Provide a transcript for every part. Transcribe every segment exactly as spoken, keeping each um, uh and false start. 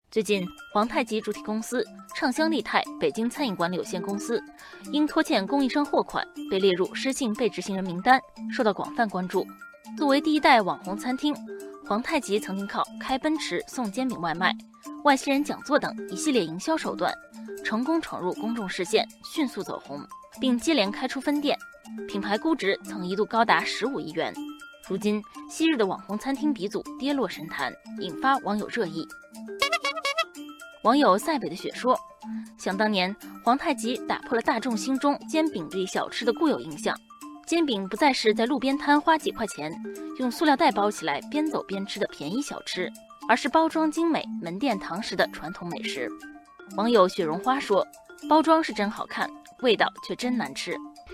最近，皇太极主体公司畅香丽泰北京餐饮管理有限公司因拖欠供应商货款，被列入失信被执行人名单，受到广泛关注。作为第一代网红餐厅，皇太极曾经靠开奔驰、送煎饼外卖、外星人讲座等一系列营销手段，成功闯入公众视线，迅速走红，并接连开出分店，品牌估值曾一度高达十五亿元。如今，昔日的网红餐厅鼻祖跌落神坛，引发网友热议。网友塞北的雪说，想当年皇太极打破了大众心中煎饼这一小吃的固有印象，煎饼不再是在路边摊花几块钱用塑料袋包起来边走边吃的便宜小吃，而是包装精美门店堂食的传统美食。网友雪绒花说，包装是真好看，味道却真难吃。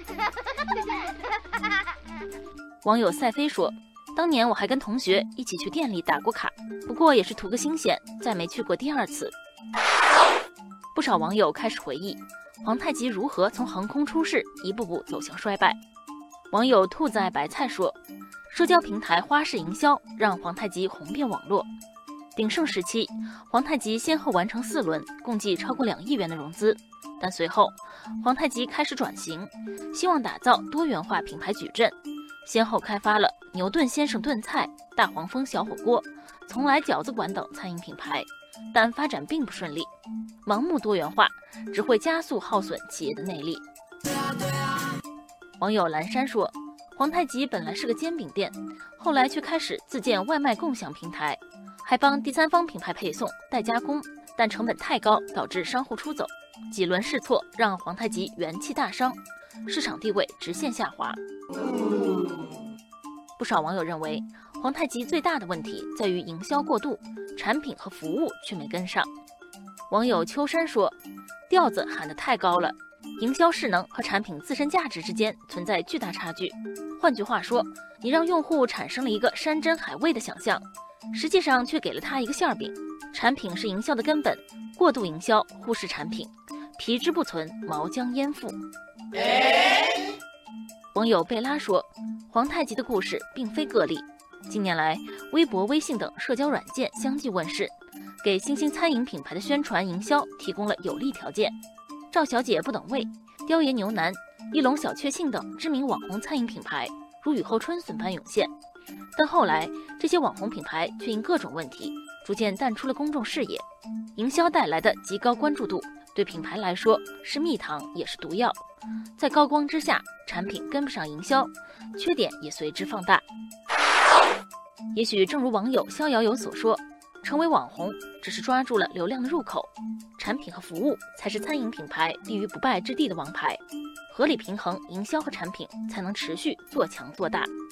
网友赛飞说，当年我还跟同学一起去店里打过卡，不过也是图个新鲜，再没去过第二次。不少网友开始回忆皇太极如何从横空出世一步步走向衰败。网友兔子爱白菜说，社交平台花式营销让皇太极红遍网络。鼎盛时期，皇太极先后完成四轮，共计超过两亿元的融资，但随后皇太极开始转型，希望打造多元化品牌矩阵，先后开发了牛顿先生炖菜、大黄蜂小火锅、从来饺子馆等餐饮品牌，但发展并不顺利。盲目多元化只会加速耗损企业的内力。网友蓝山说，皇太极本来是个煎饼店，后来却开始自建外卖共享平台，还帮第三方品牌配送代加工，但成本太高，导致商户出走。几轮试错让皇太极元气大伤，市场地位直线下滑。不少网友认为，皇太极最大的问题在于营销过度，产品和服务却没跟上。网友秋山说，调子喊得太高了，营销势能和产品自身价值之间存在巨大差距。换句话说，你让用户产生了一个山珍海味的想象，实际上却给了他一个馅饼。产品是营销的根本，过度营销忽视产品，皮之不存，毛将焉附。网友贝拉说，皇太极的故事并非个例。近年来，微博、微信等社交软件相继问世，给新兴餐饮品牌的宣传营销提供了有利条件。赵小姐不等味、雕爷牛腩、一笼小确幸等知名网红餐饮品牌如雨后春笋般涌现，但后来这些网红品牌却因各种问题逐渐淡出了公众视野。营销带来的极高关注度对品牌来说是蜜糖也是毒药，在高光之下，产品跟不上营销，缺点也随之放大。也许正如网友逍遥游所说，成为网红只是抓住了流量的入口，产品和服务才是餐饮品牌立于不败之地的王牌。合理平衡营销和产品，才能持续做强做大。